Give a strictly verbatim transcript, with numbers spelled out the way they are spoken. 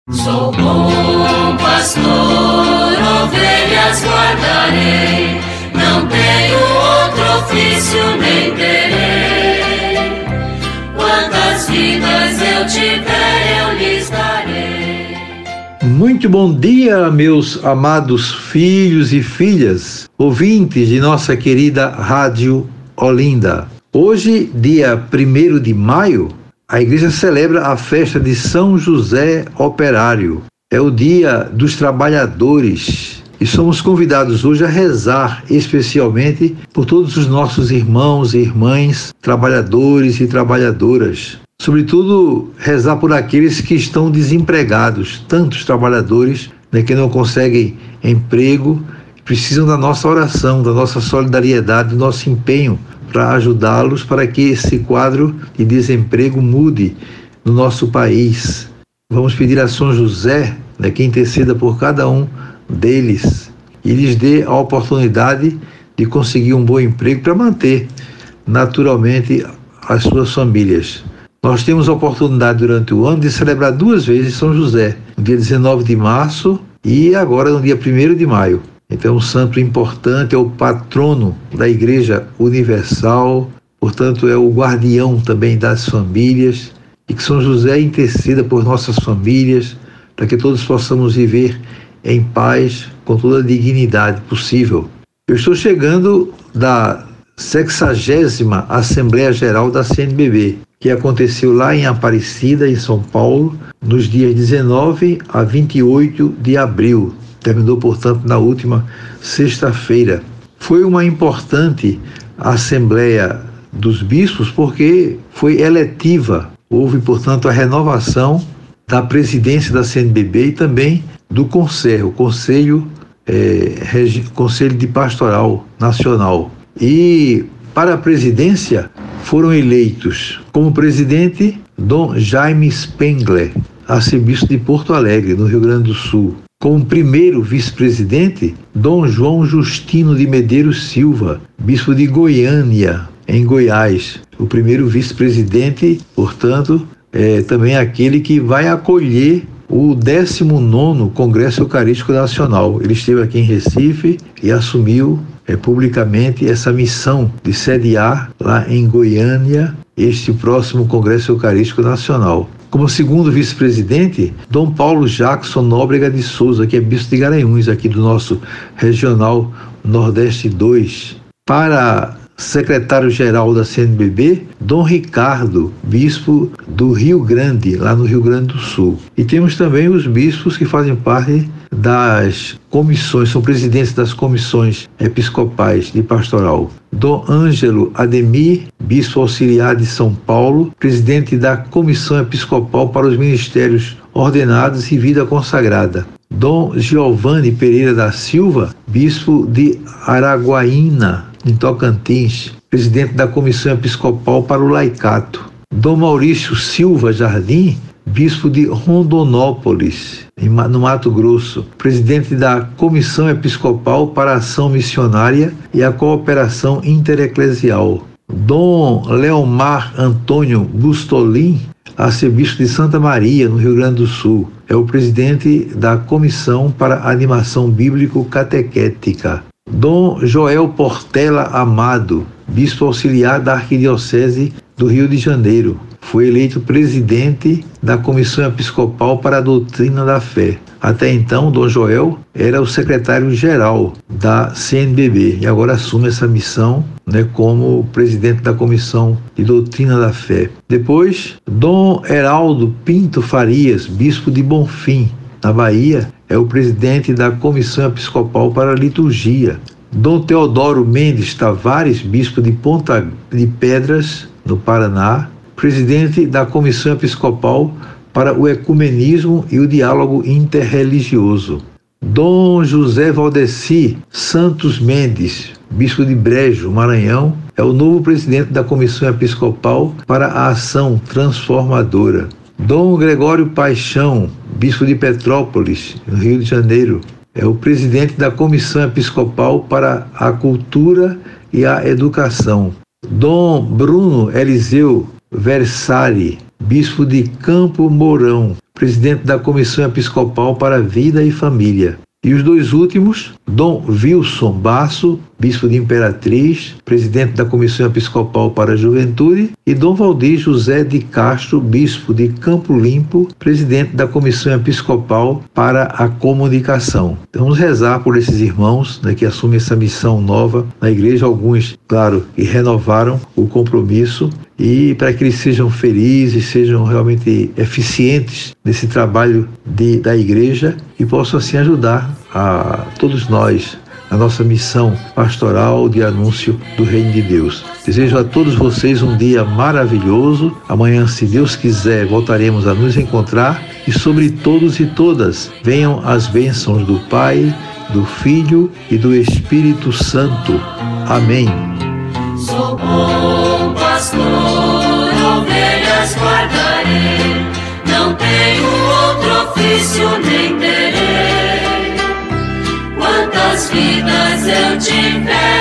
Sou bom pastor, ovelhas guardarei, não tenho outro ofício nem terei. Quantas vidas eu tiver, eu lhes darei. Muito bom dia, meus amados filhos e filhas, ouvintes de nossa querida Rádio Olinda. Hoje, dia primeiro de maio, a igreja celebra a festa de São José Operário. É o dia dos trabalhadores e somos convidados hoje a rezar especialmente por todos os nossos irmãos e irmãs, trabalhadores e trabalhadoras. Sobretudo, rezar por aqueles que estão desempregados, tantos trabalhadores, né, que não conseguem emprego, precisam da nossa oração, da nossa solidariedade, do nosso empenho para ajudá-los para que esse quadro de desemprego mude no nosso país. Vamos pedir a São José, né, que interceda por cada um deles e lhes dê a oportunidade de conseguir um bom emprego para manter naturalmente as suas famílias. Nós temos a oportunidade durante o ano de celebrar duas vezes São José, no dia dezenove de março e agora no dia primeiro de maio. Então, um santo importante, é o patrono da Igreja Universal, portanto, é o guardião também das famílias, e que São José interceda por nossas famílias, para que todos possamos viver em paz, com toda a dignidade possível. Eu estou chegando da sexagésima Assembleia Geral da C N B B, que aconteceu lá em Aparecida, em São Paulo, nos dias dezenove a vinte e oito de abril. Terminou, portanto, na última sexta-feira. Foi uma importante Assembleia dos Bispos porque foi eletiva. Houve, portanto, a renovação da presidência da C N B B e também do Conselho, Conselho, é, Regi, Conselho de Pastoral Nacional. E para a presidência foram eleitos como presidente Dom Jaime Spengler, arcebispo de Porto Alegre, no Rio Grande do Sul. Como primeiro vice-presidente, Dom João Justino de Medeiros Silva, bispo de Goiânia, em Goiás. O primeiro vice-presidente, portanto, é também aquele que vai acolher o décimo nono Congresso Eucarístico Nacional. Ele esteve aqui em Recife e assumiu é, publicamente essa missão de sediar lá em Goiânia este próximo Congresso Eucarístico Nacional. Como segundo vice-presidente, Dom Paulo Jackson Nóbrega de Souza, que é bispo de Garanhuns, aqui do nosso Regional Nordeste dois. Para secretário-geral da C N B B, Dom Ricardo, bispo do Rio Grande, lá no Rio Grande do Sul. E temos também os bispos que fazem parte das comissões, são presidentes das comissões episcopais de pastoral. Dom Ângelo Ademir, bispo auxiliar de São Paulo, presidente da Comissão Episcopal para os Ministérios Ordenados e Vida Consagrada. Dom Giovanni Pereira da Silva, bispo de Araguaína, em Tocantins, presidente da Comissão Episcopal para o Laicato. Dom Maurício Silva Jardim, bispo de Rondonópolis, no Mato Grosso, presidente da Comissão Episcopal para a Ação Missionária e a Cooperação Intereclesial. Dom Leomar Antônio Bustolin, arcebispo de Santa Maria, no Rio Grande do Sul, é o presidente da Comissão para a Animação Bíblico-Catequética. Dom Joel Portela Amado, bispo auxiliar da Arquidiocese do Rio de Janeiro, foi eleito presidente da Comissão Episcopal para a Doutrina da Fé. Até então, Dom Joel era o secretário-geral da C N B B e agora assume essa missão, né, como presidente da Comissão de Doutrina da Fé. Depois, Dom Heraldo Pinto Farias, bispo de Bonfim, na Bahia, é o presidente da Comissão Episcopal para a Liturgia. Dom Teodoro Mendes Tavares, bispo de Ponta de Pedras, no Paraná, presidente da Comissão Episcopal para o Ecumenismo e o Diálogo Interreligioso. Dom José Valdeci Santos Mendes, bispo de Brejo, Maranhão, é o novo presidente da Comissão Episcopal para a Ação Transformadora. Dom Gregório Paixão, bispo de Petrópolis, no Rio de Janeiro, é o presidente da Comissão Episcopal para a Cultura e a Educação. Dom Bruno Eliseu Versari, bispo de Campo Mourão, presidente da Comissão Episcopal para a Vida e Família. E os dois últimos, Dom Wilson Basso, bispo de Imperatriz, presidente da Comissão Episcopal para a Juventude, e Dom Valdir José de Castro, bispo de Campo Limpo, presidente da Comissão Episcopal para a Comunicação. Então, vamos rezar por esses irmãos, né, que assumem essa missão nova na igreja, alguns, claro, que renovaram o compromisso, e para que eles sejam felizes, sejam realmente eficientes nesse trabalho de, da igreja e possam assim ajudar a todos nós na nossa missão pastoral de anúncio do Reino de Deus. Desejo a todos vocês um dia maravilhoso. Amanhã, se Deus quiser, voltaremos a nos encontrar e sobre todos e todas venham as bênçãos do Pai, do Filho e do Espírito Santo. Amém. Sou bom pastor, ovelhas guardarei, não tenho outro ofício nem terei. Quantas vidas eu tiver